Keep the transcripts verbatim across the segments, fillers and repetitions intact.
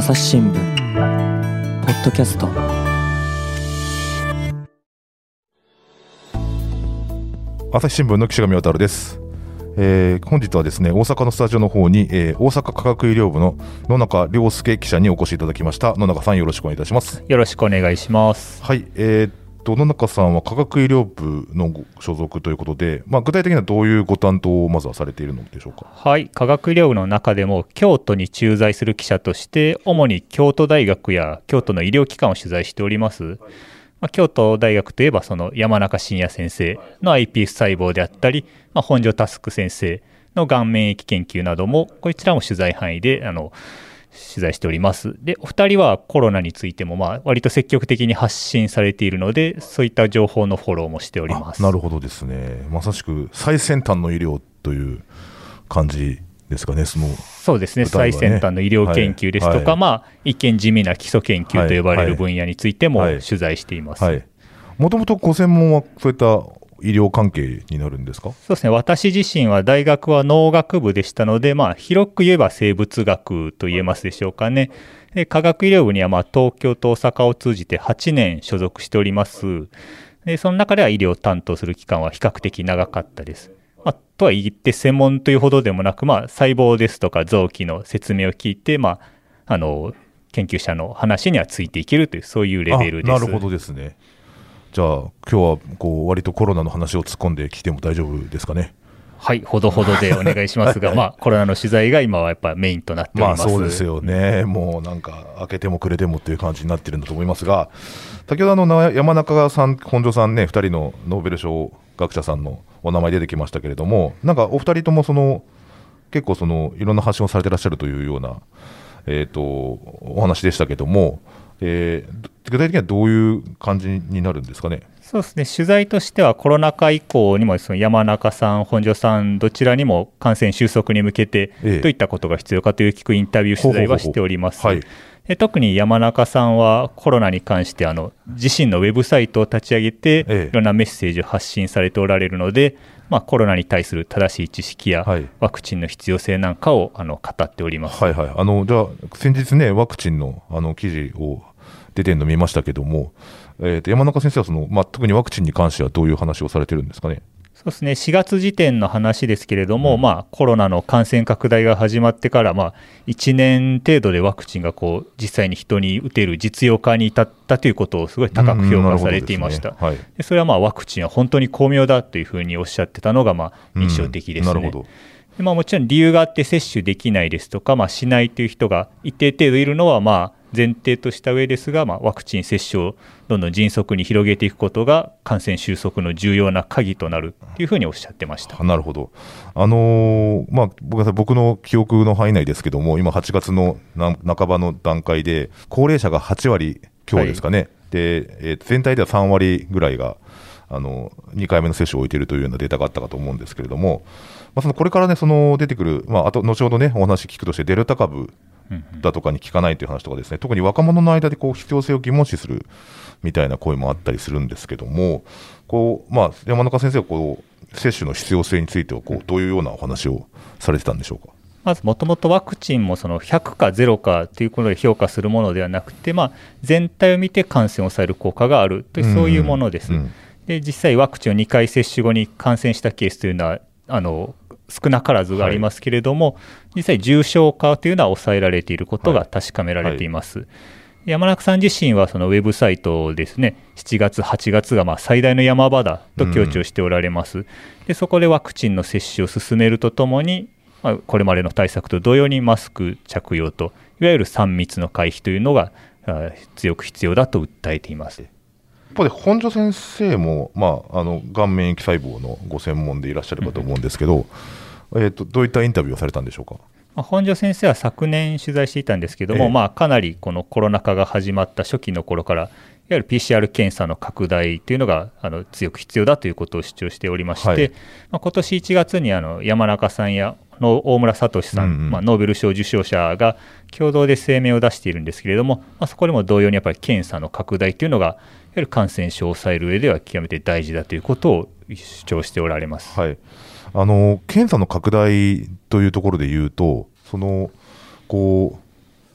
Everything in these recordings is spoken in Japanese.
朝日新聞ポッドキャスト。 朝日新聞の岸上渉です。えー、本日はですね、大阪のスタジオの方に、えー、大阪科学医療部の野中亮介記者にお越しいただきました。野中さん、よろしくお願いいたします。 よろしくお願いします。 はい、えー、っと野中さんは科学医療部の所属ということで、まあ、具体的にはどういうご担当をまずはされているのでしょうか。 はい、科学医療部の中でも京都に駐在する記者として主に京都大学や京都の医療機関を取材しております。まあ、京都大学といえばその山中伸弥先生の アイピーエス 細胞であったり、まあ、本庄佑先生のがん免疫研究などもこちらも取材範囲であの取材しております。で、お二人はコロナについてもまあ割と積極的に発信されているので、そういった情報のフォローもしております。 なるほどですね。まさしく最先端の医療という感じですかね。そのそうですね、最先端の医療研究ですとか、はいはい、まあ、一見地味な基礎研究と呼ばれる分野についても取材しています。 もともとご専門はそういった医療関係になるんですか。 そうですね、私自身は大学は農学部でしたので、まあ、広く言えば生物学と言えますでしょうかね。で、科学医療部にはまあ東京と大阪を通じてはちねん所属しております。で、その中では医療を担当する期間は比較的長かったです。まあ、とは言って専門というほどでもなく、まあ、細胞ですとか臓器の説明を聞いて、まあ、あの研究者の話にはついていけるというそういうレベルです。 なるほどですね。じゃあ今日はこう割とコロナの話を突っ込んできても大丈夫ですかね。 はい、ほどほどでお願いしますが、まあ、コロナの取材が今はやっぱメインとなっております。 まあ、そうですよね。もうなんか開けてもくれてもっていう感じになってるんだと思いますが、先ほどあの山中さん、本庄さんね、ふたりのノーベル賞学者さんのお名前出てきましたけれども、なんかお二人ともその結構そのいろんな発信をされてらっしゃるというような、えーと、お話でしたけども、えー、具体的にはどういう感じになるんですかね。 そうですね、取材としてはコロナ禍以降にもその山中さん、本庄さんどちらにも感染収束に向けてどういったことが必要かという聞くインタビュー取材はしております。ほうほうほう、はい、で特に山中さんはコロナに関してあの自身のウェブサイトを立ち上げていろんなメッセージを発信されておられるので、まあ、コロナに対する正しい知識やワクチンの必要性なんかをあの語っております。 はいはい、あのじゃあ先日ねワクチンのあの記事を出てるの見ましたけども、えー、と山中先生はその、まあ、特にワクチンに関してはどういう話をされてるんですかね。 そうですね、しがつ時点の話ですけれども、うん、まあ、コロナの感染拡大が始まってから、まあ、いちねん程度でワクチンがこう実際に人に打てる実用化に至ったということをすごい高く評価されていました。はい、でそれはまあワクチンは本当に巧妙だというふうにおっしゃってたのがまあ印象的ですね。うん、なるほど。でまあ、もちろん理由があって接種できないですとか、まあ、しないという人が一定程度いるのはまあ前提とした上ですが、まあ、ワクチン接種をどんどん迅速に広げていくことが感染収束の重要な鍵となるというふうにおっしゃってました。 なるほど。あのーまあ、僕, 僕の記憶の範囲内ですけども、今はちがつの半ばの段階で高齢者がはちわり強ですかね、はい、でえー、全体ではさんわりぐらいがあのにかいめの接種を終えているというようなデータがあったかと思うんですけれども、まあ、そのこれから、ね、その出てくる、まあ、あと後ほど、ね、お話聞くとしてデルタ株だとかに効かないという話とかですね、特に若者の間でこう必要性を疑問視するみたいな声もあったりするんですけども、こう、まあ、山中先生はこう接種の必要性についてはこうどういうようなお話をされてたんでしょうか。 まずもともとワクチンもそのひゃくかゼロかということで評価するものではなくて、まあ、全体を見て感染を抑える効果があるというそういうものです。うんうん、で実際ワクチンをにかい接種後に感染したケースというのはあの少なからずありますけれども、はい、実際重症化というのは抑えられていることが確かめられています。はいはい、山中さん自身はそのウェブサイトをですね、しちがつはちがつがまあ最大の山場だと強調しておられます。うん、でそこでワクチンの接種を進めるとともに、まあ、これまでの対策と同様にマスク着用といわゆるさん密の回避というのが強く必要だと訴えています。 一方で本庄先生も、まあ、あのがん免疫細胞のご専門でいらっしゃるかと思うんですけど、うんえー、とどういったインタビューをされたんでしょうか。 まあ、本庄先生は昨年取材していたんですけども、ええまあ、かなりこのコロナ禍が始まった初期の頃からいわゆる ピーシーアール 検査の拡大というのがあの強く必要だということを主張しておりまして、はいまあ、今年いちがつにあの山中さんやの大村聡さん、うんうんまあ、ノーベル賞受賞者が共同で声明を出しているんですけれども、まあ、そこでも同様にやっぱり検査の拡大というのがいわゆる感染症を抑える上では極めて大事だということを主張しておられます。 はい、あの検査の拡大というところでいうと、そのこう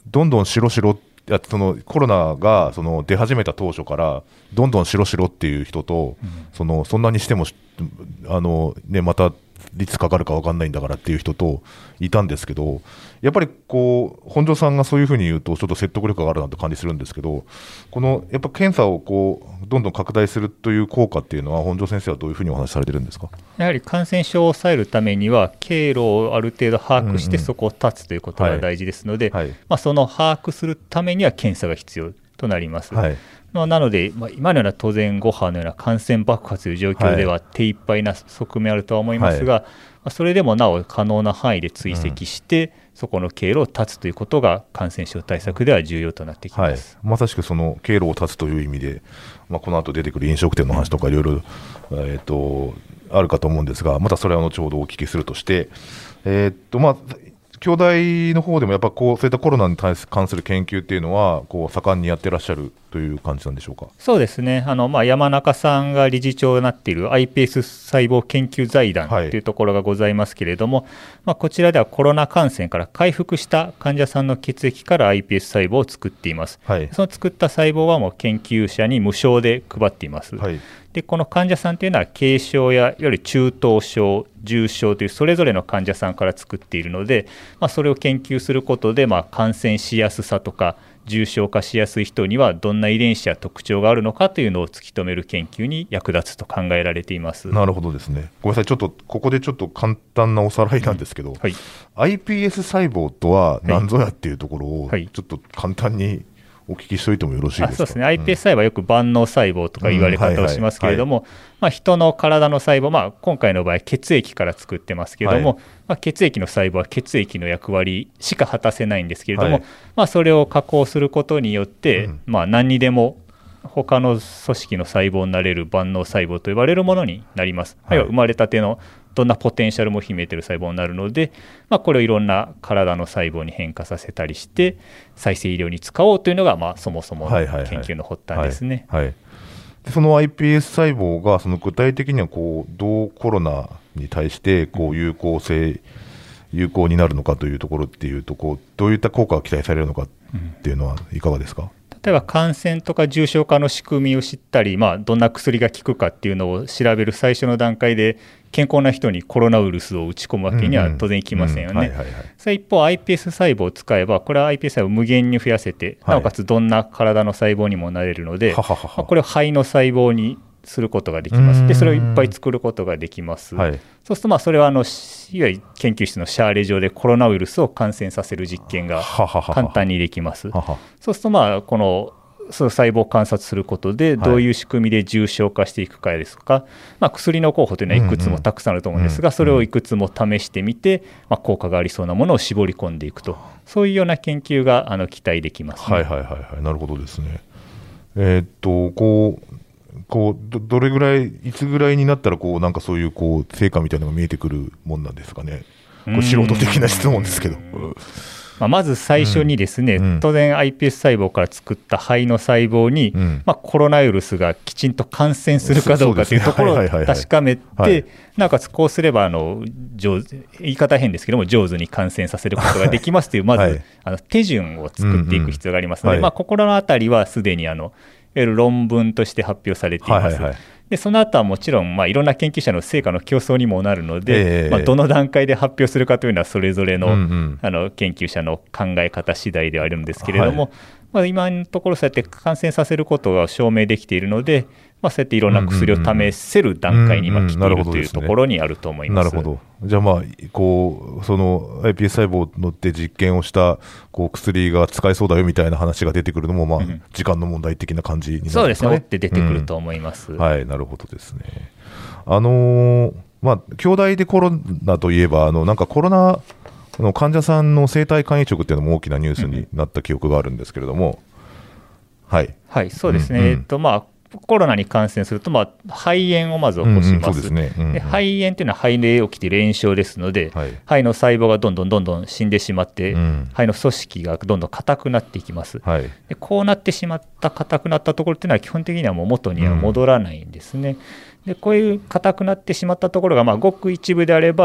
どんどん白白いやそのコロナがその出始めた当初からどんどん白白っていう人と、うん、そのそんなにしてもあの、ね、またいつかかるか分かんないんだからっていう人といたんですけど、やっぱりこう本庄さんがそういうふうに言うとちょっと説得力があるなと感じするんですけど、このやっぱ検査をこうどんどん拡大するという効果っていうのは本庄先生はどういうふうにお話しされてるんですか。 やはり感染症を抑えるためには経路をある程度把握してそこを断つということが大事ですので、まあ、その把握するためには検査が必要となります。はい、まあ、なので、まあ、今のような当然ご波のような感染爆発という状況では手一杯な側面あるとは思いますが、はい、まあ、それでもなお可能な範囲で追跡して、うん、そこの経路を断つということが感染症対策では重要となってきます。 はい、まさしくその経路を断つという意味で、まあ、この後出てくる飲食店の話とかいろいろ、えー、とあるかと思うんですが、またそれは後ほどお聞きするとして、えーとまあ京大の方でもやっぱこうそういったコロナに関する研究っていうのはこう盛んにやってらっしゃるという感じなんでしょうか。 そうですね、あの、まあ、山中さんが理事長になっている iPS 細胞研究財団というところがございますけれども、はい、まあ、こちらではコロナ感染から回復した患者さんの血液から iPS 細胞を作っています。はい、その作った細胞はもう研究者に無償で配っています。はい、でこの患者さんというのは軽症やいわゆる中等症、重症というそれぞれの患者さんから作っているので、まあ、それを研究することで、まあ、感染しやすさとか重症化しやすい人にはどんな遺伝子や特徴があるのかというのを突き止める研究に役立つと考えられています。 なるほどですね。ごめんなさい、ちょっとここでちょっと簡単なおさらいなんですけど、うん、はい、iPS 細胞とは何ぞやっていうところをちょっと簡単にお聞きしておいてもよろしいですか。 あ、そうですね、 iPS 細胞はよく万能細胞とか言われ方をしますけれども、まあ、人の体の細胞、まあ、今回の場合血液から作ってますけれども、はい、まあ、血液の細胞は血液の役割しか果たせないんですけれども、はい、まあ、それを加工することによって、うん、まあ、何にでも他の組織の細胞になれる万能細胞と呼ばれるものになります。はい、生まれたてのどんなポテンシャルも秘めている細胞になるので、まあ、これをいろんな体の細胞に変化させたりして再生医療に使おうというのが、まあ、そもそもの研究の発端ですね。 その iPS 細胞がその具体的にはこうどうコロナに対してこう有効性、有効になるのかというところっていうとこうどういった効果が期待されるのかっていうのはいかがですか。 例えば感染とか重症化の仕組みを知ったり、まあ、どんな薬が効くかっていうのを調べる最初の段階で健康な人にコロナウイルスを打ち込むわけには当然いきませんよね。それ一方 iPS 細胞を使えばこれは iPS 細胞を無限に増やせて、なおかつどんな体の細胞にもなれるので、はい、まあ、これを肺の細胞にすることができます。でそれをいっぱい作ることができます。はい、そうするとまあそれはあのいわゆる研究室のシャーレ上でコロナウイルスを感染させる実験が簡単にできます。ははははそうするとまあこのその細胞を観察することでどういう仕組みで重症化していくかですとか、はい、まあ、薬の候補というのはいくつもたくさんあると思うんですが、うんうん、それをいくつも試してみて、まあ、効果がありそうなものを絞り込んでいくと、そういうような研究があの期待できます、ね。 はいはいはいはい、なるほどですね。えー、っとこうこう ど, どれぐらいいつぐらいになったらこうなんかそういうこう成果みたいなのが見えてくるもんなんですかね。これ素人的な質問ですけど。 まあ、まず最初にですね、うん、当然 iPS 細胞から作った肺の細胞に、うん、まあ、コロナウイルスがきちんと感染するかどうかというところを確かめて、なおかつこうすればあの上手言い方変ですけども上手に感染させることができますというまず、はい、あの手順を作っていく必要がありますので、うんうん、まあ、心のあたりはすでにあのいわゆる論文として発表されています。はいはいはい、でその後はもちろん、まあ、いろんな研究者の成果の競争にもなるので、えーまあ、どの段階で発表するかというのはそれぞれ の,、うんうん、あの研究者の考え方次第ではあるんですけれども、はい、まあ、今のところそうやって感染させることが証明できているので、まあ、そうやっていろんな薬を試せる段階に今来ているというところにあると思います。 なるほど。じゃあ、まあ、こうその iPS 細胞のって実験をしたこう薬が使えそうだよみたいな話が出てくるのも、まあ、時間の問題的な感じになるんですかね。 そうですね、追って出てくると思います。 うん、はい、なるほどですね。あのーまあ、京大でコロナといえばあのなんかコロナの患者さんの生体肝移植っていうのも大きなニュースになった記憶があるんですけれども、うん、はい、 はい、そうですね、うんうん、えっとまあコロナに感染すると、まあ、肺炎をまず起こします。で肺炎というのは肺で起きている炎症ですので、はい、肺の細胞がどんどんどんどん死んでしまって、うん、肺の組織がどんどん硬くなっていきます。はい、でこうなってしまった硬くなったところというのは基本的にはもう元には戻らないんですね。うん、でこういう硬くなってしまったところが、まあ、ごく一部であれば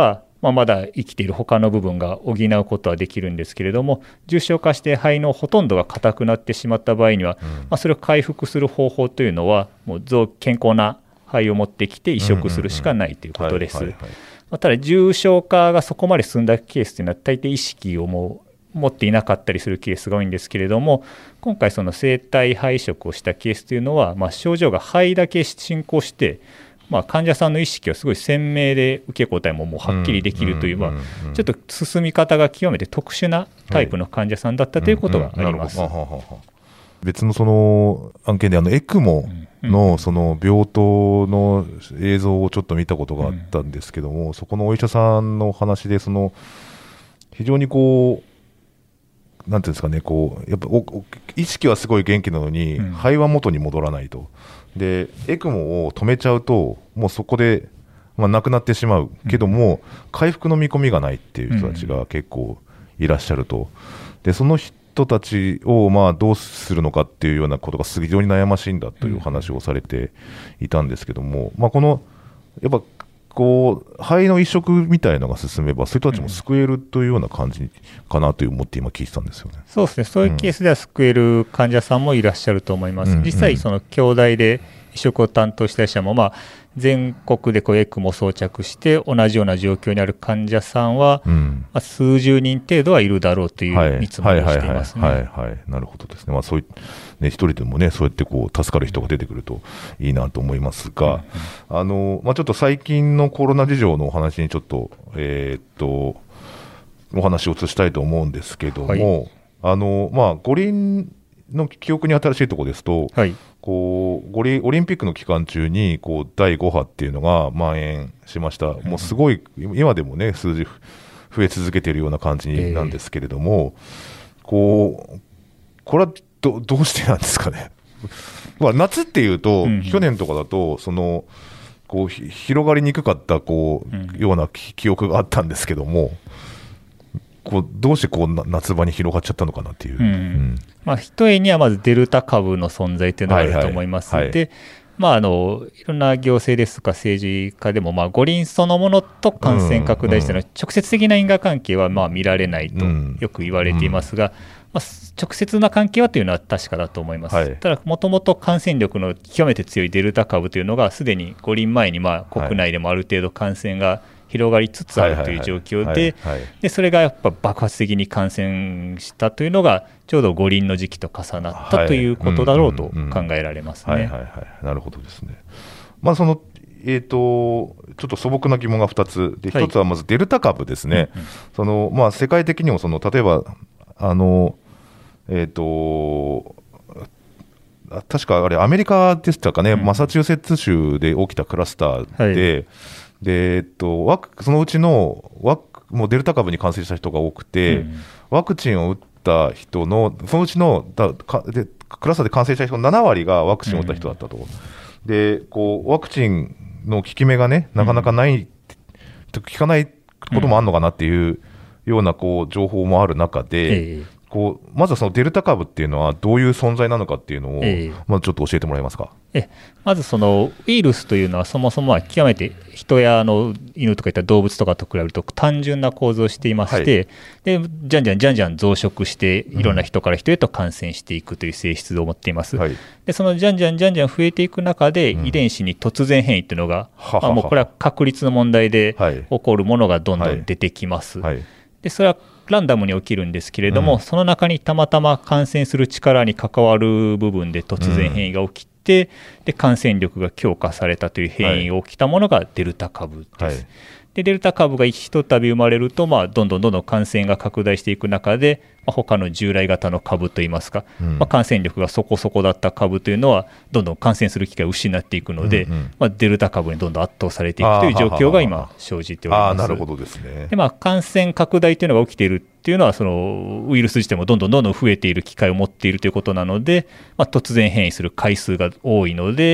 まあ、まだ生きている他の部分が補うことはできるんですけれども、重症化して肺のほとんどが硬くなってしまった場合には、うん、まあ、それを回復する方法というのはもう健康な肺を持ってきて移植するしかないということです。ただ重症化がそこまで進んだケースというのは大抵意識をもう持っていなかったりするケースが多いんですけれども、今回その生体肺移植をしたケースというのは、まあ、症状が肺だけ進行して、まあ、患者さんの意識はすごい鮮明で受け答えももうはっきりできるという、まあちょっと進み方が極めて特殊なタイプの患者さんだったということがあります。 別のその案件であのエクモのその病棟の映像をちょっと見たことがあったんですけども、そこのお医者さんの話でその非常にこうなんていうんですかね、こうやっぱ意識はすごい元気なのに肺は元に戻らないと。でエクモを止めちゃうともうそこで、まあ、亡くなってしまうけども、うん、回復の見込みがないっていう人たちが結構いらっしゃると。でその人たちをまあどうするのかっていうようなことが非常に悩ましいんだという話をされていたんですけども、まあ、このやっぱこう肺の移植みたいなのが進めばそういう人たちも救えるというような感じかなと思って今聞いてたんですよね。 そうですね、そういうケースでは救える患者さんもいらっしゃると思います。うんうん、実際その京大で移植を担当した医者も、まあ、全国でこうエクモを装着して同じような状況にある患者さんは、うんまあ、数十人程度はいるだろうという見積もりをしていますね。 はいはいはいはい、なるほどですね。まあそういうね、一人でもねそうやってこう助かる人が出てくるといいなと思いますが、うんうん、あのまあ、ちょっと最近のコロナ事情のお話にちょっとえー、っとお話を移したいと思うんですけども、はい、あのまあ五輪の記憶に新しいところですと、はい、こうオリンピックの期間中にこうだいご波っていうのが蔓延しました。もうすごい今でもね数字増え続けているような感じなんですけれども、えー、こうこれは ど, どうしてなんですかね。まあ夏っていうと、うんうん、去年とかだとそのこう広がりにくかったこう、うん、ような記憶があったんですけども、こうどうしてこう夏場に広がっちゃったのかなっていう、うんうんまあ、一重にはまずデルタ株の存在というのがあると思います。はいはいはい、でまあ、あのいろんな行政ですとか政治家でも、まあ、五輪そのものと感染拡大しての直接的な因果関係はまあ見られないとよく言われていますが、まあ、直接な関係はというのは確かだと思います。はい、ただもともと感染力の極めて強いデルタ株というのがすでに五輪前にまあ国内でもある程度感染が広がりつつあるという状況で、それがやっぱ爆発的に感染したというのがちょうど五輪の時期と重なったということだろうと考えられますね。 なるほどですね。まあそのえー、とちょっと素朴な疑問がふたつで、ひとつはまずデルタ株ですね。はいうんうんそのまあ、世界的にもその例えばあの、えー、と確かあれアメリカでしたかね、うん、マサチューセッツ州で起きたクラスターで、はいでえっと、ワクそのうちのワクもうデルタ株に感染した人が多くて、うん、ワクチンを打った人のそのうちのだかでクラスターで感染した人のなな割がワクチンを打った人だったと、うん、でこうワクチンの効き目がねなかなかない、うん、効かないこともあるのかなっていうようなこう情報もある中で、うんこうまずはそのデルタ株っていうのはどういう存在なのかっていうのを、えー、まずちょっと教えてもらえますか。 えまずそのウイルスというのはそもそもは極めて人やあの犬とかいった動物とかと比べると単純な構造をしていまして、はい、でじゃんじゃんじゃんじゃん増殖していろんな人から人へと感染していくという性質を持っています、うん、でそのじゃんじゃんじゃんじゃん増えていく中で遺伝子に突然変異というのが、うんまあ、もうこれは確率の問題で起こるものがどんどん出てきます、はいはい、でそれはランダムに起きるんですけれども、うん、その中にたまたま感染する力に関わる部分で突然変異が起きて、うん、で感染力が強化されたという変異が起きたものがデルタ株です、はい、でデルタ株がひとたび生まれると、まあ、どんどんどんどん感染が拡大していく中で、まあ、他の従来型の株といいますか、うんまあ、感染力がそこそこだった株というのはどんどん感染する機会を失っていくので、うんうんまあ、デルタ株にどんどん圧倒されていくという状況が今生じております。 あなるほどですね。 で、まあ、感染拡大というのが起きているというのはそのウイルス自体もどんどんどんどん増えている機会を持っているということなので、まあ、突然変異する回数が多いので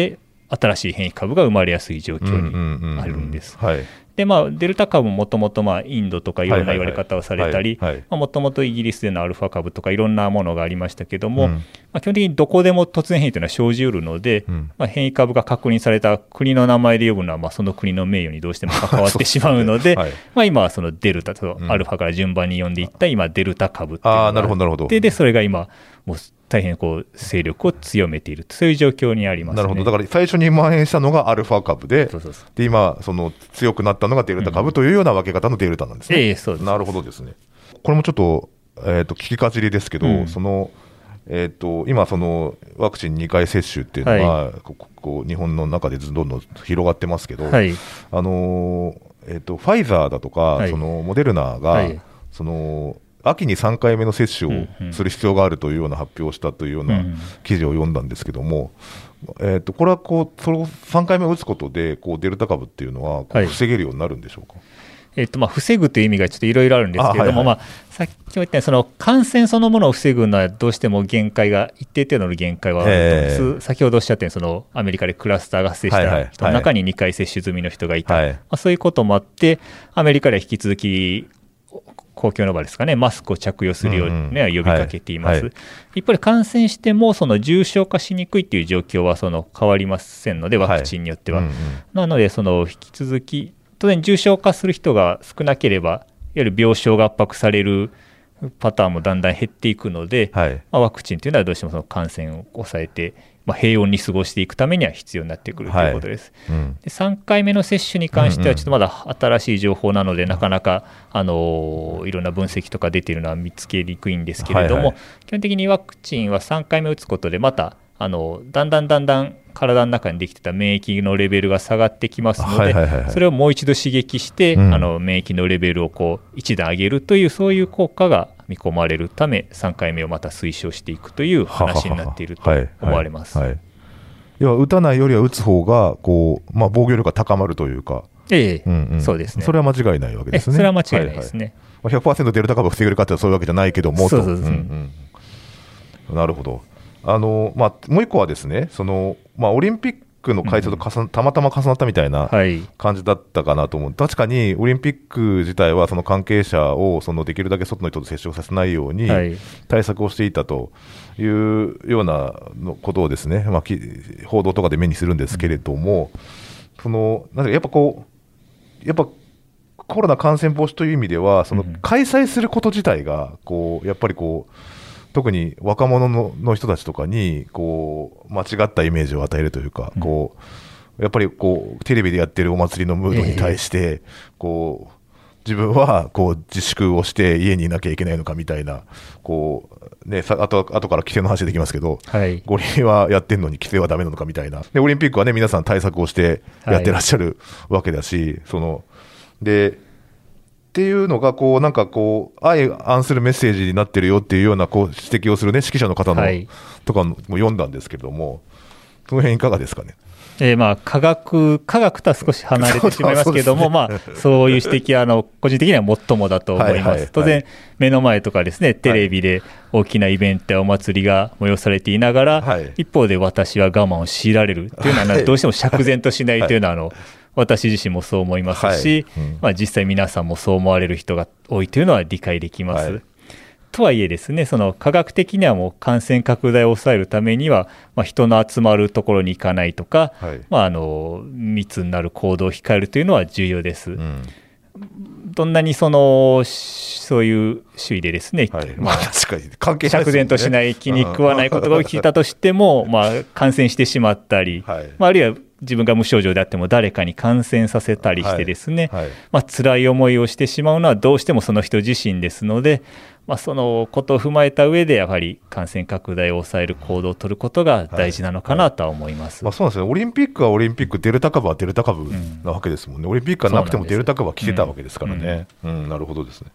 新しい変異株が生まれやすい状況にあるんです。でまあ、デルタ株ももともとインドとかいろんな言われ方をされたり、もともとイギリスでのアルファ株とかいろんなものがありましたけども、うんまあ、基本的にどこでも突然変異というのは生じうるので、うんまあ、変異株が確認された国の名前で呼ぶのはまあその国の名誉にどうしても関わってしまうので、はいまあ、今はそのデルタとアルファから順番に呼んでいった今デルタ株っていうのがあって、でそれが今もう大変こう勢力を強めている、そういう状況にあります、ね、 なるほど。だから最初に蔓延したのがアルファ株 で, そうそうそうで今その強くなったのがデルタ株というような分け方のデルタなんですね、うんえー、そうです。なるほどですね。これもちょっと、えー、と聞きかじりですけど、うんそのえー、と今そのワクチンにかい接種っていうのは、はい、ここ日本の中でどんどん広がってますけど、はいあのーえー、とファイザーだとか、はい、そのモデルナが、はい、その秋にさんかいめの接種をする必要があるというような発表をしたというような記事を読んだんですけども、えー、とこれはこうそのさんかいめを打つことでこうデルタ株っていうのはこう防げるようになるんでしょうか。はいえーとまあ、防ぐという意味がちょっといろいろあるんですけれども、あ、はいはいまあ、さっきも言ったようにその感染そのものを防ぐのはどうしても限界が一定程度の限界はあると思います。先ほどおっしゃったようにそのアメリカでクラスターが発生した人の中ににかい接種済みの人がいた、はいはいまあ、そういうこともあってアメリカでは引き続き公共の場ですかね、マスクを着用するように、ねうんうん、呼びかけています、はいはい、一方で感染してもその重症化しにくいという状況はその変わりませんので、ワクチンによっては、はいうんうん、なのでその引き続き当然重症化する人が少なければいわゆる病床が圧迫されるパターンもだんだん減っていくので、はいまあ、ワクチンというのはどうしてもその感染を抑えて、まあ、平穏に過ごしていくためには必要になってくるということです、はいうん、でさんかいめの接種に関してはちょっとまだ新しい情報なので、うんうん、なかなか、あのー、いろんな分析とか出ているのは見つけにくいんですけれども、はいはい、基本的にワクチンはさんかいめ打つことでまたあのだんだんだんだん体の中にできてた免疫のレベルが下がってきますので、はいはいはいはい、それをもう一度刺激して、うん、あの免疫のレベルをこう一段上げるというそういう効果が見込まれるためさんかいめをまた推奨していくという話になっていると思われます。 はいはいはい、要は打たないよりは打つ方がこう、まあ、防御力が高まるというか、 ええうんうん、そうですね。 それは間違いないわけですね。 それは間違いないですね。はいはい、ひゃくパーセント デルタ株を防げるかというとそういうわけじゃないけどもと。そうそうそう、うんうん、なるほど。あのまあ、もう一個はですね、その、まあ、オリンピックの開催と重、うん、たまたま重なったみたいな感じだったかなと思う、はい、確かにオリンピック自体はその関係者をそのできるだけ外の人と接触させないように対策をしていたというようなことをですね、まあ、報道とかで目にするんですけれども、うん、そのなんかやっぱこうやっぱコロナ感染防止という意味ではその開催すること自体がこうやっぱりこう特に若者 の, の人たちとかにこう間違ったイメージを与えるというか、うん、こうやっぱりこうテレビでやってるお祭りのムードに対して、えー、こう自分はこう自粛をして家にいなきゃいけないのかみたいなこう、ね、さあと後から規制の話できますけど、はい、五輪はやってるのに規制はダメなのかみたいなでオリンピックは、ね、皆さん対策をしてやってらっしゃるわけだし、はい、そのでっていうのがこうなんかこう相反するメッセージになってるよっていうようなこう指摘をする、ね、指揮者の方の、はい、とかも読んだんですけれども、その辺いかがですかね。 えー、まあ科学科学とは少し離れてしまいますけれども、そう、ねまあ、そういう指摘はあの個人的にはもっともだと思います。はいはいはい、当然目の前とかですねテレビで大きなイベントやお祭りが催されていながら、はい、一方で私は我慢を強いられるというのは、はい、どうしても釈然としないというのはあの私自身もそう思いますし、はいうんまあ、実際皆さんもそう思われる人が多いというのは理解できます。はい、とはいえですね、その科学的にはもう感染拡大を抑えるためには、まあ、人の集まるところに行かないとか、はいまあ、あの密になる行動を控えるというのは重要です。うん、どんなにそのそういう周囲でですね、はいまあ、確かに関係ないですよね、釈然としない気に食わないことが起きたとしても、まあ、感染してしまったり、はいまあ、あるいは自分が無症状であっても誰かに感染させたりしてですね、はいはいまあ、辛い思いをしてしまうのはどうしてもその人自身ですので、まあ、そのことを踏まえた上でやはり感染拡大を抑える行動を取ることが大事なのかなとは思います。 はいはいまあ、そうなんですね。オリンピックはオリンピック、デルタ株はデルタ株なわけですもんね。うん、オリンピックがなくてもデルタ株は来てたわけですからね。うんうんうん、なるほどですね。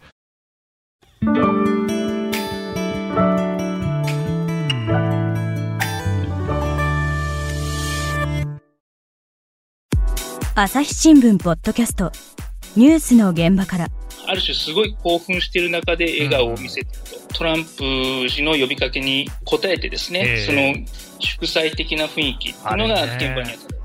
朝日新聞ポッドキャストニュースの現場から。 ある種すごい興奮している中で笑顔を見せていると、うん、トランプ氏の呼びかけに応えてですね、えー、その祝祭的な雰囲気っていうのが現場にあった。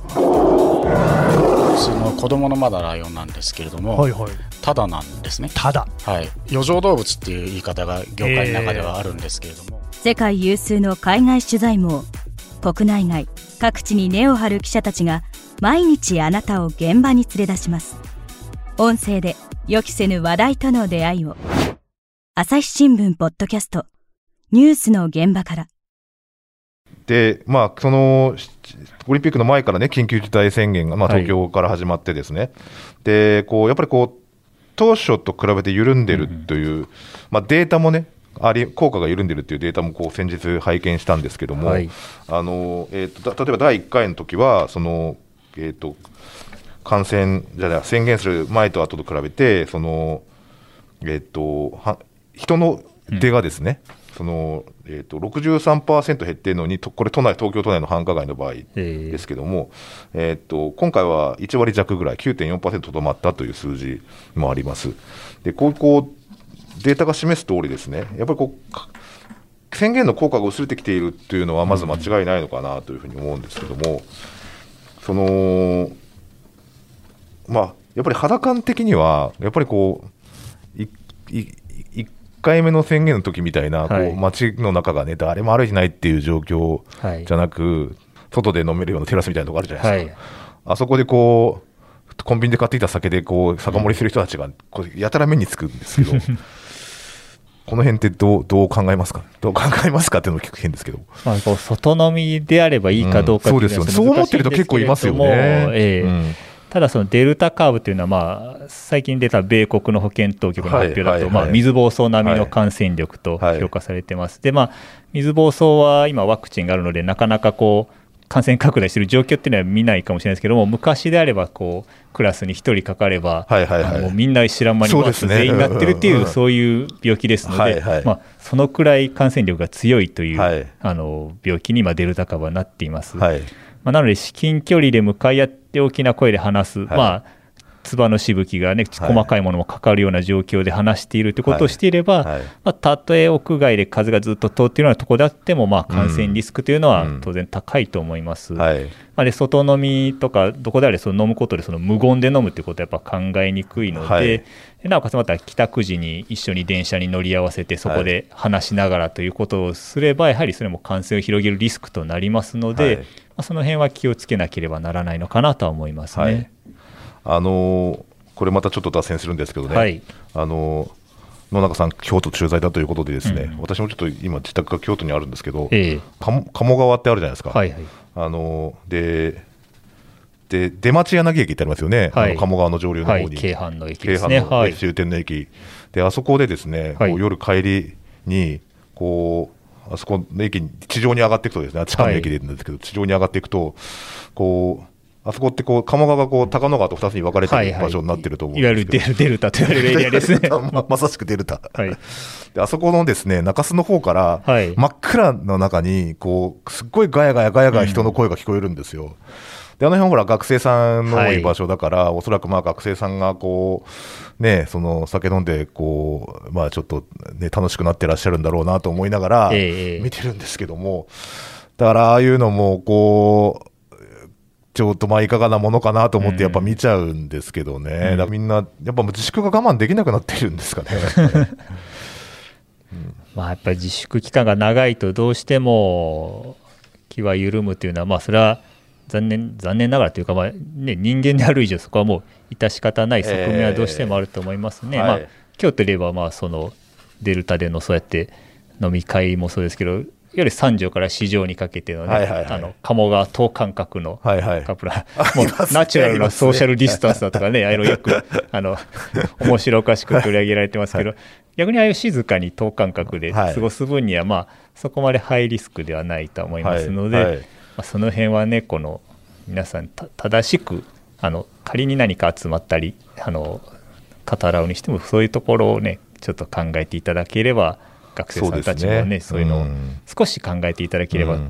その子供のまだライオンなんですけれども、はいはい、ただなんですね。 ただ、 はい、余剰動物っていう言い方が業界の中ではあるんですけれども、 世界有数の海外取材網、国内外各地に根を張る記者たちが毎日あなたを現場に連れ出します。音声で予期せぬ話題との出会いを。朝日新聞ポッドキャスト、ニュースの現場から。 で、まあ、そのオリンピックの前からね、緊急事態宣言が、まあ、東京から始まってですね、はい、でこうやっぱりこう当初と比べて緩んでるという、うん、まあ、データもね、あり効果が緩んでるというデータもこう先日拝見したんですけども、はい、あのえー、と例えばだいいっかいの時はその、えー、と感染じゃない宣言する前と後と比べてその、えー、とは人の出がですね、うん、そのえー、と ろくじゅうさんパーセント 減っているのに、これ都内東京都内の繁華街の場合ですけども、えー、と今回はいちわりじゃくぐらい きゅうてんよんパーセント とどまったという数字もあります。でこうこうデータが示す通りですね、やっぱりこう宣言の効果が薄れてきているというのはまず間違いないのかなというふうに思うんですけども、そのまあやっぱり肌感的にはやっぱりこういいいいいっかいめの宣言の時みたいな、はい、こう街の中がね誰も歩いてないっていう状況じゃなく、はい、外で飲めるようなテラスみたいなところあるじゃないですか、はい、あそこでこうコンビニで買ってきた酒でこう酒盛りする人たちがこうやたら目につくんですけどこの辺ってどう、どう考えますかどう考えますかっていうのを聞く変ですけど、 まあ、こう外飲みであればいいかどうかっていうのは、 うん、そうですよね。そう思ってると結構いますよね、 えーうん、ただそのデルタカーブというのは、まあ、最近出た米国の保健当局の発表だと、はいはいはい、まあ、水疱瘡並みの感染力と評価されてます、はい、で、まあ、水疱瘡は今ワクチンがあるのでなかなかこう感染拡大している状況っていうのは見ないかもしれないですけども、昔であればこうクラスにひとりかかれば、はいはいはい、あのもうみんな知らん間に全員になってるっていう、そういう病気ですので、はいはい、まあ、そのくらい感染力が強いという、はい、あの病気に今デルタ株はなっています、はい、まあ、なので至近距離で向かい合って大きな声で話す、はい、まあ唾のしぶきが、ね、細かいものもかかるような状況で話しているということをしていれば、はいはい、まあ、たとえ屋外で風がずっと通っているようなところであっても、まあ、感染リスクというのは当然高いと思います、うんうん、はい、まあ、で外飲みとかどこであれその飲むことでその無言で飲むということはやっぱ考えにくいので、はい、なおかつまた帰宅時に一緒に電車に乗り合わせてそこで話しながらということをすれば、やはりそれも感染を広げるリスクとなりますので、はい、まあ、その辺は気をつけなければならないのかなとは思いますね、はい、 あのーこれまたちょっと脱線するんですけどね、はい、あの野中さん京都駐在だということでですね、うん、私もちょっと今自宅が京都にあるんですけど、ええ、鴨川ってあるじゃないですか、はいはい、あのでで出町柳駅ってありますよね、はい、あの鴨川の上流の方に、はい、 京阪の駅ですね、 京阪の終点の駅で、あそこでですね、はい、こう夜帰りにこうあそこの駅に地上に上がっていくとですね、地下の駅でなんですけど、はい、地上に上がっていくとこうあそこってこう鴨川がこう高野川とふたつに分かれている場所になっていると思うんですけど、 はいはい、いわゆるデルタと言われるエリアですねま, まさしくデルタ、はい、であそこのですね中洲の方から真っ暗の中にこうすっごいガヤガヤガヤガヤ人の声が聞こえるんですよ、うん、であの辺ほら学生さんの多い場所だから、はい、おそらくまあ学生さんがこう、ね、その酒飲んでこう、まあ、ちょっと、ね、楽しくなってらっしゃるんだろうなと思いながら見てるんですけども、えー、だからああいうのもこうちょっとまあいかがなものかなと思ってやっぱ見ちゃうんですけどね、うん、だからみんなやっぱ自粛が我慢できなくなっているんですかね、うん、 まあやっぱり自粛期間が長いとどうしても気は緩むというのは、まあそれは残念残念ながらというか、まあね、人間である以上そこはもう致し方ない側面はどうしてもあると思いますね、えーまあ、京都で言えばまあそのデルタでのそうやって飲み会もそうですけど、いわゆる三条から四条にかけてのね、はいはいはい、あの鴨川等間隔のカップラ、はいはい、もうナチュラルなソーシャルディスタンスだとかね、あのよくあの面白おかしく取り上げられてますけど、はい、逆にああいう静かに等間隔で過ごす分には、まあ、そこまでハイリスクではないと思いますので、はいはい、まあ、その辺はね、この皆さんた正しくあの仮に何か集まったりあの語らうにしてもそういうところをねちょっと考えていただければ、学生さんたちも ね, そう, ねそういうのを少し考えていただければ、うん、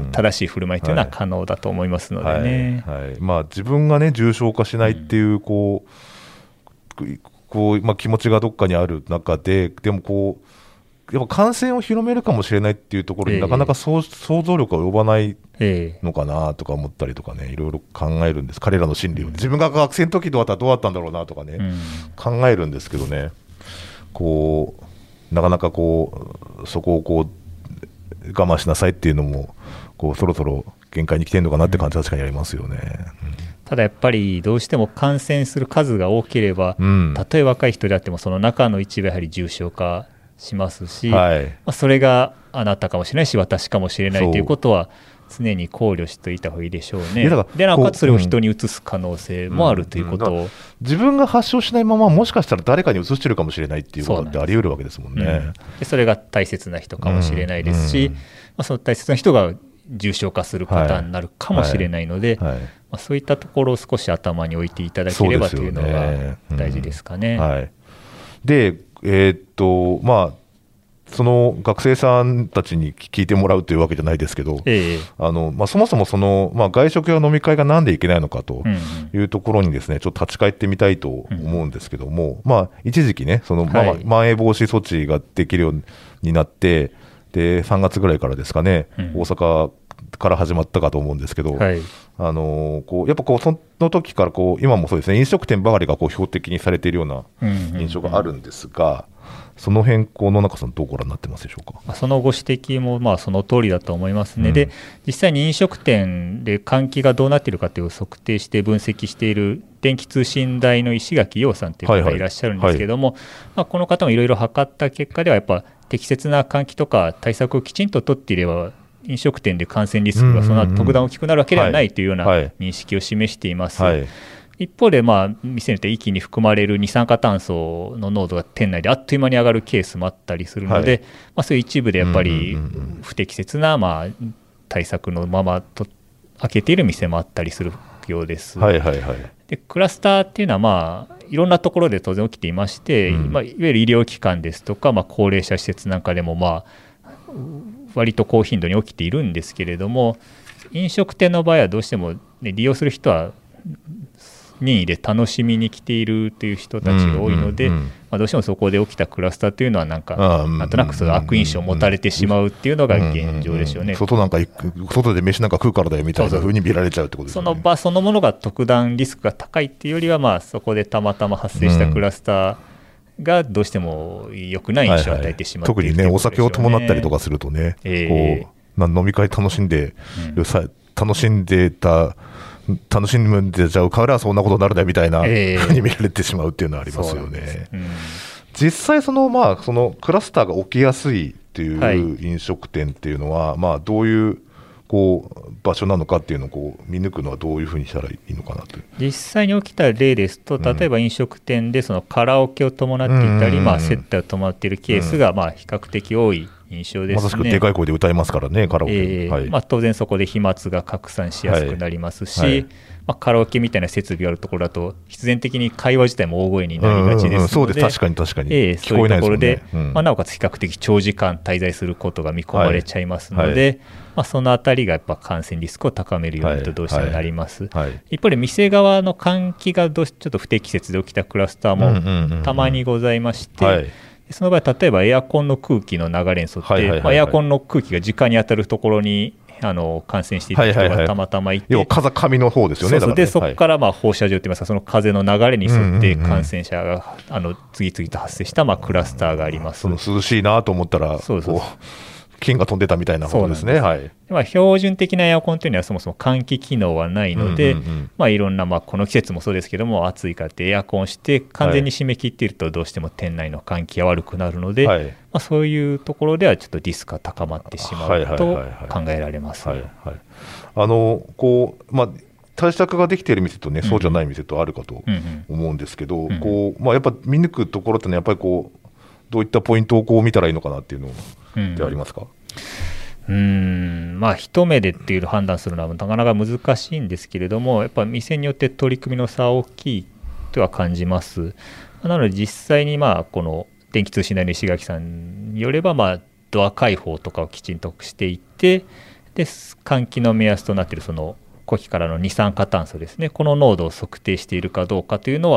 正しい振る舞いというのは可能だと思いますのでね、 はいはいはい、まあ、自分が、ね、重症化しないっていうこう、こうまあ、気持ちがどっかにある中で、でもこうやっぱ感染を広めるかもしれないっていうところになかなか想像力が及ばないのかなとか思ったりとかね、いろいろ考えるんです、彼らの心理を。自分が学生の時どうだったらどうだったんだろうなとかね、うん、考えるんですけどね、こうなかなかこうそこをこう我慢しなさいっていうのもこうそろそろ限界に来てるのかなって感じは確かにありますよね。うん、 ただやっぱりどうしても感染する数が多ければ、うん、たとえ若い人であってもその中の一部やはり重症化しますし、はい、まあ、それがあなたかもしれないし私かもしれないということは常に考慮していた方がいいでしょうね。でなおかつそれを人に移す可能性もあるということを、うんうん、 自分が発症しないままもしかしたら誰かに移してるかもしれないっていうことってあり得るわけですもんね。 うん、でそれが大切な人かもしれないですし、うんうん、まあ、その大切な人が重症化するパターンになるかもしれないので、はいはいはい、まあ、そういったところを少し頭に置いていただければというのが大事ですかね。 うん、はい、で、えー、っとまあその学生さんたちに聞いてもらうというわけじゃないですけど、えーあのまあ、そもそもその、まあ、外食や飲み会がなんでいけないのかというところにですね、ちょっと立ち返ってみたいと思うんですけども、うん、まあ、一時期ね、その、はい、まあ、まん延防止措置ができるようになって、でさんがつぐらいからですかね、うん、大阪から始まったかと思うんですけど、はい、あのこうやっぱこうその時からこう今もそうですね、飲食店ばかりがこう標的にされているような印象があるんですが、うんうんうん、その辺、こう野中さん、どうご覧になってますでしょうか。 そのご指摘もまあその通りだと思いますね。うん、で実際に飲食店で換気がどうなっているかというのを測定して分析している電気通信大の石垣陽さんという方がいらっしゃるんですけれども、はいはいはい、まあ、この方もいろいろ測った結果ではやっぱ適切な換気とか対策をきちんと取っていれば飲食店で感染リスクがそんな特段大きくなるわけではないというような認識を示しています。はいはいはい、一方で、まあ、店によって息に含まれる二酸化炭素の濃度が店内であっという間に上がるケースもあったりするので、はい、まあ、そういう一部でやっぱり不適切なまあ対策のままと開けている店もあったりするようです。はいはいはい、でクラスターっていうのは、まあ、いろんなところで当然起きていまして、うん、まあ、いわゆる医療機関ですとか、まあ、高齢者施設なんかでも、まあ、割と高頻度に起きているんですけれども、飲食店の場合はどうしても、ね、利用する人は任意で楽しみに来ているという人たちが多いので、うんうんうん、まあ、どうしてもそこで起きたクラスターというのはなんかなんとなくその悪印象を持たれてしまうっていうのが現状でしょうね。 外なんか外で飯なんか食うからだよみたいな風に見られちゃうってことですよね。 その場そのものが特段リスクが高いっていうよりは、まあそこでたまたま発生したクラスターがどうしても良くない印象を与えてしまっている、 はいはい、特にねお酒を伴ったりとかするとね、えー、こう飲み会楽しんで、うん、楽しんでた楽しんでちゃうからそんなことになるねみたいな風、えー、に見られてしまうっていうのはありますよね。うん、実際その、まあ、そのクラスターが起きやすいっていう飲食店っていうのは、はい、まあ、どういうこう場所なのかっていうのをこう見抜くのはどういうふうにしたらいいのかなと。 実際に起きた例ですと、例えば飲食店でそのカラオケを伴っていたり、うん、まあ、接待を伴っているケースがまあ比較的多い印象ですね。 まさしくでかい声で歌いますからね、カラオケ、えーはい、 まあ、当然そこで飛沫が拡散しやすくなりますし、はいはい、まあ、カラオケみたいな設備があるところだと必然的に会話自体も大声になりがちですので、うんうんうん、 そうです、確かに確かに、 えー、そういうところで、うん、まあ、なおかつ比較的長時間滞在することが見込まれちゃいますので、はいはい、まあ、そのあたりがやっぱ感染リスクを高めるようにとどうしてもなります。はいはいはい、一方で店側の換気がどうしちょっと不適切で起きたクラスターもたまにございまして、うんうんうんうん、はい、その場合例えばエアコンの空気の流れに沿って、はいはいはいはい、まあ、エアコンの空気が直に当たるところにあの感染していた人がたまたまいて、 要は風上の方ですよね。 そうそう、でそこからまあ放射状といいますか、その風の流れに沿って感染者があの次々と発生したまあクラスターがあります。 その涼しいなと思ったらそうそうそう、菌が飛んでたみたいなことですね。はい、 まあ、標準的なエアコンというのはそもそも換気機能はないので、うんうんうん、まあ、いろんな、まあ、この季節もそうですけども暑いからってエアコンをして完全に締め切っているとどうしても店内の換気が悪くなるので、はい、まあ、そういうところではちょっとリスクが高まってしまうと考えられます。 はいはいはい、あのこう、まあ、対策ができている店とね、うん、そうじゃない店とあるかと思うんですけど、うんうん、こうまあ、やっぱ見抜くところってのはやっぱりこうどういったポイントをこう見たらいいのかなっていうのってありますか？ うん、うーん、まあ、一目でっていう判断するのはなかなか難しいんですけれども、やっぱ店によって取り組みの差は大きいとは感じます。なので実際にまあこの電気通信大の石垣さんによれば、まあドア開放とかをきちんとしていて、で換気の目安となっているその呼気からの二酸化炭素ですね、この濃度を測定しているかどうかというのは、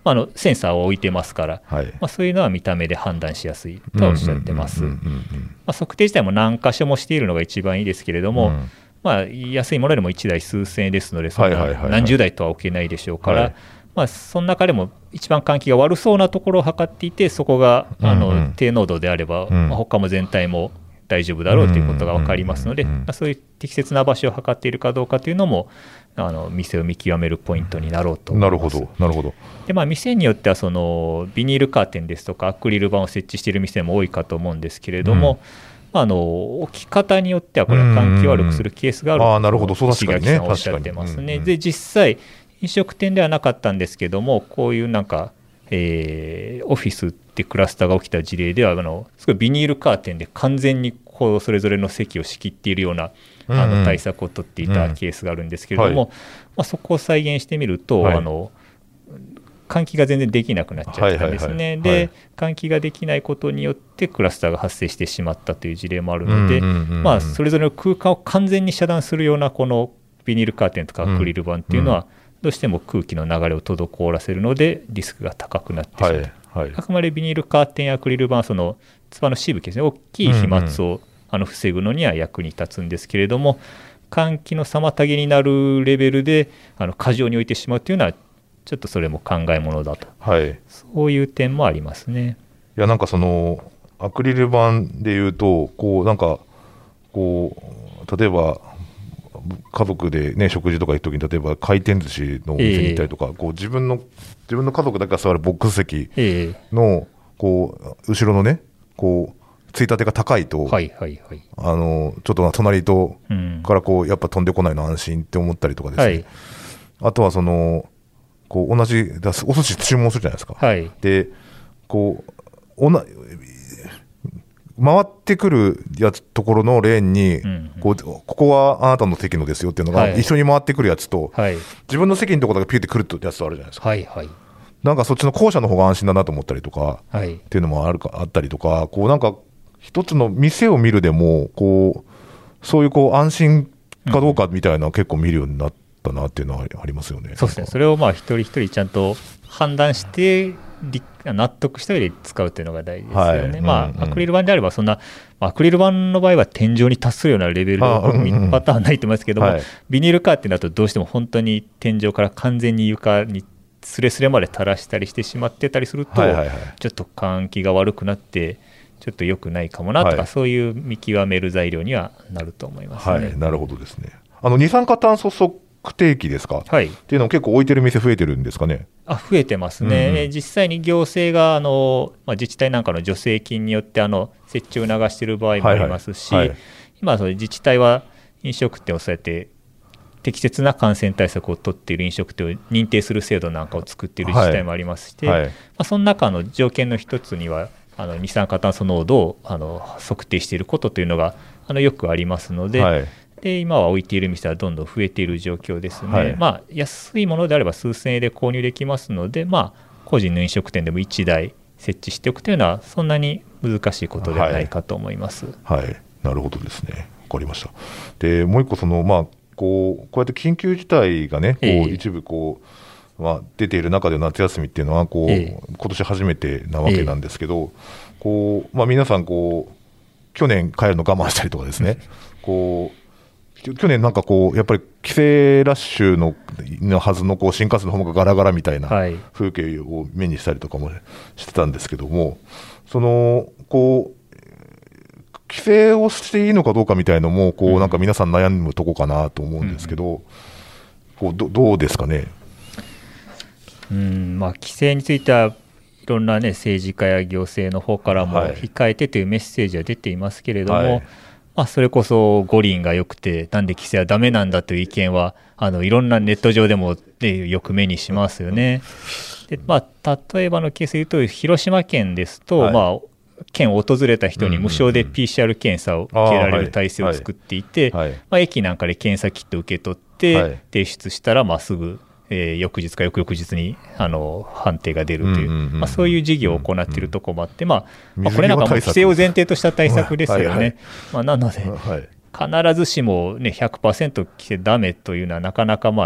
まあ、あのセンサーを置いてますから、 はい、 まあ、そういうのは見た目で判断しやすいとはおっしゃってます。測定自体も何箇所もしているのが一番いいですけれども、うん、まあ、安いものでもいちだい数千円ですので、そんな何十台とは置けないでしょうから、はい、まあ、その中でも一番換気が悪そうなところを測っていて、そこがあの、うんうん、低濃度であれば、うんまあ、他も全体も大丈夫だろうということが分かりますので、まあ、そういう適切な場所を測っているかどうかというのもあの店を見極めるポイントになろうと思います。 なるほど、なるほど。 で、まあ、店によってはそのビニールカーテンですとかアクリル板を設置している店も多いかと思うんですけれども、うんまあ、あの置き方によってはこれは換気を悪くするケースがあると石垣さんおっしゃってますね。で、実際飲食店ではなかったんですけども、こういうなんか、えー、オフィスってクラスターが起きた事例ではあのすごいビニールカーテンで完全にこうそれぞれの席を仕切っているようなあの対策を取っていたケースがあるんですけれども、うんうんはいまあ、そこを再現してみると、はい、あの換気が全然できなくなっちゃったんですね、はいはいはい、で換気ができないことによってクラスターが発生してしまったという事例もあるので、うんうんうんうんまあ、それぞれの空間を完全に遮断するようなこのビニールカーテンとかアクリル板っていうのは、うんうんどうしても空気の流れを滞らせるのでリスクが高くなってしまう、はいはい、あくまでビニールカーテンやアクリル板はそのつばのしぶきですね、大きい飛沫を、うんうん、あの防ぐのには役に立つんですけれども、換気の妨げになるレベルであの過剰に置いてしまうというのはちょっとそれも考えものだと、はい、そういう点もありますね。 いやなんかそのアクリル板でいうとこうなんかこう例えば家族で、ね、食事とか行くときに例えば回転寿司のお店に行ったりとか、えー、こう自分の自分の家族だけが座るボックス席のこう後ろのねこうついたてが高いと、はいはいはい、あのちょっと隣とからこうやっぱ飛んでこないの安心って思ったりとかですね、はい、あとはそのこう同じお寿司注文するじゃないですか、はい、でこうおな回ってくるやつところのレーンに、うんうん、こうここはあなたの席のですよっていうのが、はい、一緒に回ってくるやつと、はい、自分の席のところだけピューってくるってやつあるじゃないですか、はいはい、なんかそっちの後者の方が安心だなと思ったりとか、はい、っていうのもあるかあったりとか、こうなんか一つの店を見るでもこうそういうこう安心かどうかみたいなのは結構見るようになったなっていうのはありますよね。 そうですね。それをまあ一人一人ちゃんと判断して納得した上で使うというのが大事ですよね、はいまあうんうん、アクリル板であればそんなアクリル板の場合は天井に達するようなレベルのパターンはないと思いますけども、はい、ビニールカーテンだとどうしても本当に天井から完全に床にスレスレまで垂らしたりしてしまってたりすると、はいはいはい、ちょっと換気が悪くなってちょっと良くないかもなとか、はい、そういう見極める材料にはなると思いますね、 はい、なるほどですね。あの二酸化炭素測定器ですか、はい、っていうのを結構置いてる店増えてるんですかね。 あ増えてますね、うんうん、実際に行政があの、まあ、自治体なんかの助成金によってあの設置を促している場合もありますし、はいはいはい、今その自治体は飲食店をそうやって適切な感染対策を取っている飲食店を認定する制度なんかを作っている自治体もありますし、はいはいまあ、その中の条件の一つにはあの二酸化炭素濃度をあの測定していることというのがあのよくありますので、はいで今は置いている店はどんどん増えている状況ですね、はいまあ、安いものであれば数千円で購入できますので、まあ、個人の飲食店でもいちだい設置しておくというのはそんなに難しいことではないかと思います、 はいはい、なるほどですね。わかりました。でもう一個その、まあ、こう、こうやって緊急事態がねこう、えー、一部こう、まあ、出ている中で夏休みっていうのはこう、えー、今年初めてなわけなんですけど、えーこうまあ、皆さんこう去年帰るの我慢したりとかですねこう去年なんかこうやっぱり帰省ラッシュ の, のはずのこう新幹線の方がガラガラみたいな風景を目にしたりとかもしてたんですけども、そのこう帰省をしていいのかどうかみたいのもこうなんか皆さん悩むとこかなと思うんですけど、うん、こう ど, どうですかね。 うんまあ、帰省についてはいろんな、ね、政治家や行政の方からも控えてというメッセージは出ていますけれども、はいまあ、それこそ五輪が良くてなんで規制はダメなんだという意見はあのいろんなネット上でも、ね、よく目にしますよね。で、まあ、例えばのケースでいうと広島県ですと、はいまあ、県を訪れた人に無償で ピーシーアール 検査を受けられる体制を作っていて、はいはいまあ、駅なんかで検査キットを受け取って提出したらまあすぐえー、翌日か翌々日にあの判定が出るという、うんうんうんまあ、そういう事業を行っているところもあって、まあまあ、これなんかも規制を前提とした対策ですよね、はいはいまあ、なので、はい、必ずしも、ね、ひゃくパーセント規制ダメというのはなかなかまあ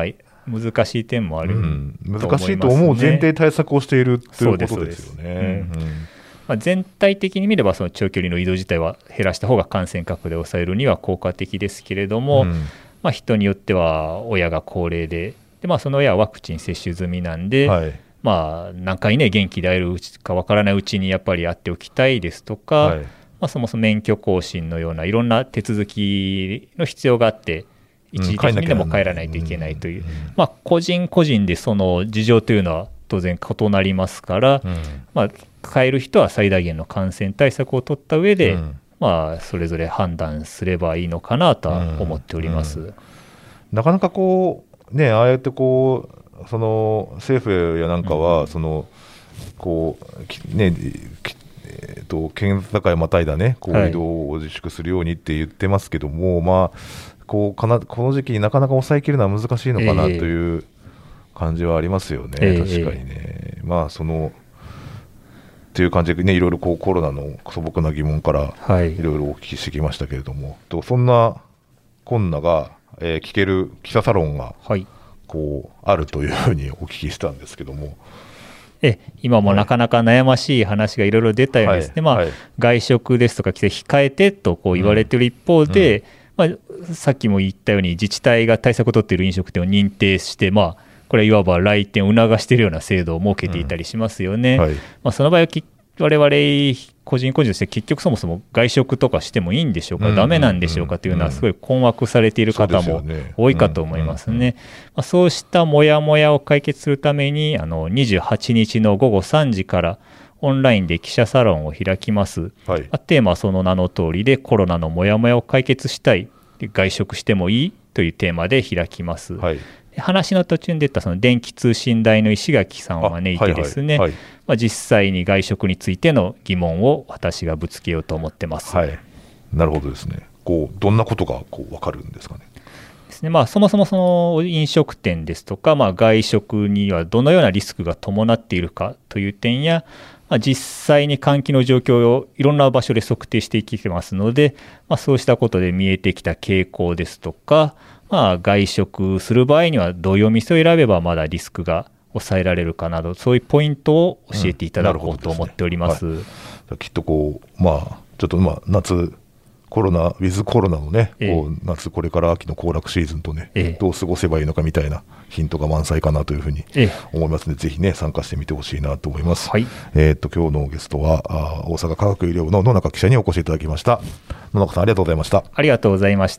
難しい点もあると思いますね、 うん、難しいと思う前提対策をしているということですよね。 まあ、全体的に見ればその長距離の移動自体は減らした方が感染拡大を抑えるには効果的ですけれども、うんまあ、人によっては親が高齢で、で、まあ、その親はワクチン接種済みなんで、はいまあ、何回ね元気で会えるかわからないうちにやっぱり会っておきたいですとか、はいまあ、そもそも免許更新のようないろんな手続きの必要があって一時的にでも帰らないといけないという、うんまあ、個人個人でその事情というのは当然異なりますから、うんまあ、帰る人は最大限の感染対策を取った上で、うんまあ、それぞれ判断すればいいのかなとは思っております、うんうん、 なかなかこうねああやってこうその政府やなんかは、うん、そのこうねえー、と県境をまたいだねこう移動を自粛するようにって言ってますけども、はいまあ、こうかなこの時期になかなか抑えきるのは難しいのかなという感じはありますよね、えー、確かにね、えー、まあそのっていう感じでねいろいろこうコロナの素朴な疑問からいろいろお聞きしてきましたけれども、はい、とそんなこんなが、えー、聞ける記者サロンがこうあるというふうにお聞きしたんですけども、 え今もなかなか悩ましい話がいろいろ出たようですね、はいまあ、外食ですとか規制控えてとこう言われている一方で、うんうんまあ、さっきも言ったように自治体が対策を取っている飲食店を認定して、まあ、これはいわば来店を促しているような制度を設けていたりしますよね、うんはいまあ、その場合は我々個人個人として結局そもそも外食とかしてもいいんでしょうか、うんうんうん、ダメなんでしょうかというのはすごい困惑されている方も多いかと思いますね。まあ、そうしたモヤモヤを解決するためにあのにじゅうはちにちのごごさんじからオンラインで記者サロンを開きます、はいまあ、テーマはその名の通りでコロナのモヤモヤを解決したい、外食してもいいというテーマで開きます、はい話の途中に出たその電気通信大の石垣さんを招いてですね、はいはいはいまあ、実際に外食についての疑問を私がぶつけようと思ってます、 はい、なるほどですね。こうどんなことがこう分かるんですかね。 ですねまあ、そもそもその飲食店ですとか、まあ、外食にはどのようなリスクが伴っているかという点や、まあ、実際に換気の状況をいろんな場所で測定してきてますので、まあ、そうしたことで見えてきた傾向ですとかまあ、外食する場合にはどういうお店を選べばまだリスクが抑えられるかなどそういうポイントを教えていただこうと思っております、うんですねはい、きっとこうまあちょっとまあ夏コロナウィズコロナのね、ええ、こう夏これから秋の行楽シーズンとね、ええ、どう過ごせばいいのかみたいなヒントが満載かなというふうに思いますので、ええ、ぜひね参加してみてほしいなと思います、はいえー、っと今日のゲストはあ大阪科学医療部の野中記者にお越しいただきました。野中さんありがとうございました。 ありがとうございました。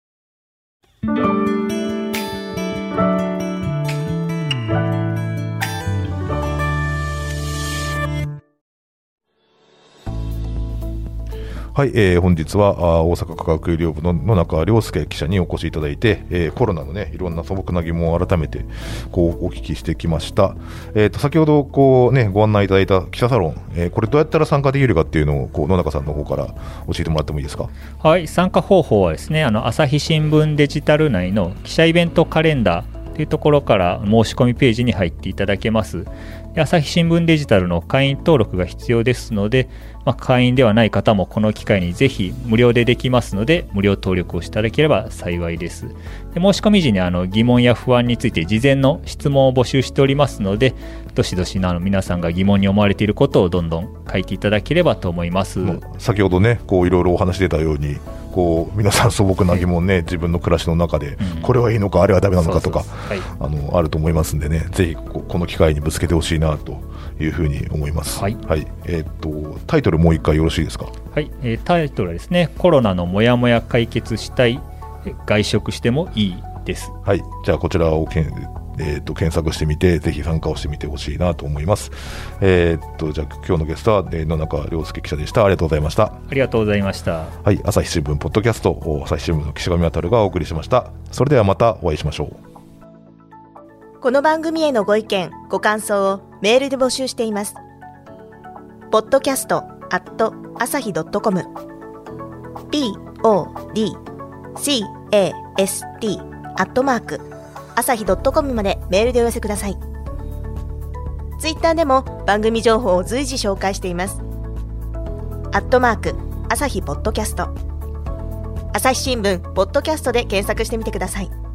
はい、えー、本日は大阪科学医療部の野中亮介記者にお越しいただいて、えー、コロナのねいろんな素朴な疑問を改めてこうお聞きしてきました。えー、と先ほどこう、ね、ご案内いただいた記者サロン、えー、これどうやったら参加できるかっていうのをこう野中さんの方から教えてもらってもいいですか。 はい、参加方法はですねあの朝日新聞デジタル内の記者イベントカレンダーというところから申し込みページに入っていただけます。で朝日新聞デジタルの会員登録が必要ですので、まあ、会員ではない方もこの機会にぜひ無料でできますので無料登録をしていただければ幸いです。で申し込み時にあの疑問や不安について事前の質問を募集しておりますのでどしどしあの皆さんが疑問に思われていることをどんどん書いていただければと思います。 先ほどねこういろいろお話出たようにこう皆さん素朴な疑問ね自分の暮らしの中でこれはいいのかあれはダメなのかとかあのあると思いますんでねぜひこの機会にぶつけてほしいなというふうに思います。はい、はいえー、っとタイトルもう一回よろしいですか。 はい、えー、タイトルはですねコロナのモヤモヤ解決したい外食してもいいです。 はい、じゃあこちらをけん、えー、っと検索してみてぜひ参加をしてみてほしいなと思います。えー、っとじゃあ今日のゲストは、えー、野中亮介記者でした。ありがとうございました。 ありがとうございました。 はい、朝日新聞ポッドキャスト朝日新聞の岸上渉がお送りしました。それではまたお会いしましょう。 この番組へのご意見ご感想をメールで募集しています。ポッドキャストアットアサヒドットコム ピーオーディーキャスト アットマークアサヒドットコムまでメールでお寄せください。ツイッターでも番組情報を随時紹介しています。アットマークアサヒポッドキャスト朝日新聞ポッドキャストで検索してみてください。